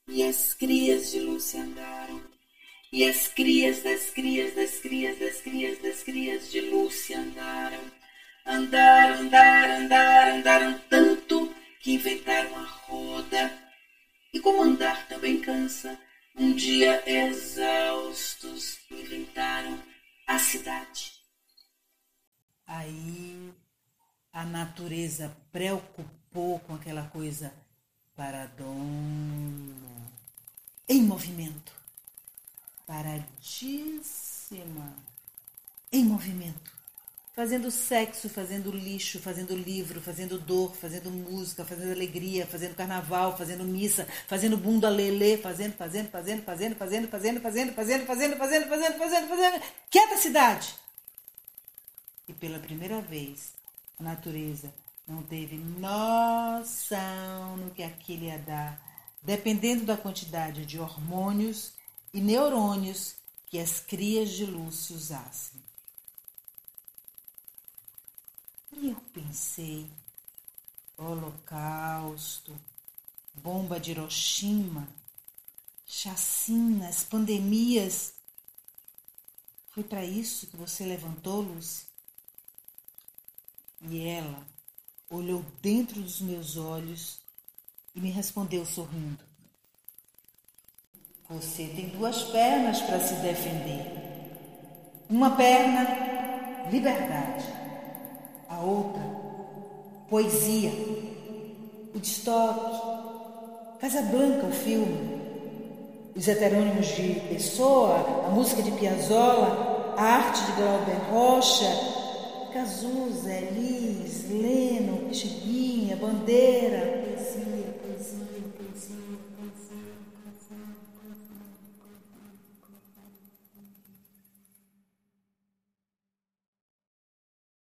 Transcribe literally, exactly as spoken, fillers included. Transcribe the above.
E as crias de Lúcia andaram, e as crias das crias das crias das crias das crias de Lúcia andaram. Andaram, andaram, andaram, andaram tanto que inventaram a roda. E como andar também cansa, um dia exaustos inventaram a cidade. Aí a natureza preocupou com aquela coisa paradona, em movimento, paradíssima, em movimento, fazendo sexo, fazendo lixo, fazendo livro, fazendo dor, fazendo música, fazendo alegria, fazendo carnaval, fazendo missa, fazendo bunda lelê, fazendo, fazendo, fazendo, fazendo, fazendo, fazendo, fazendo, fazendo, fazendo, fazendo, fazendo, fazendo, fazendo, quieta cidade! E pela primeira vez, a natureza não teve noção no que aquilo ia dar, dependendo da quantidade de hormônios e neurônios que as crias de Lúcia usassem. E eu pensei, holocausto, bomba de Hiroshima, chacinas, pandemias. Foi para isso que você levantou, Lúcia? E ela olhou dentro dos meus olhos e me respondeu sorrindo. Você tem duas pernas para se defender. Uma perna, liberdade. A outra, poesia. O Woodstock, Casablanca, o filme. Os heterônimos de Pessoa, a música de Piazzolla, a arte de Glauber Rocha, Cazuza, Elis, Leno, Pixinguinha, Bandeira,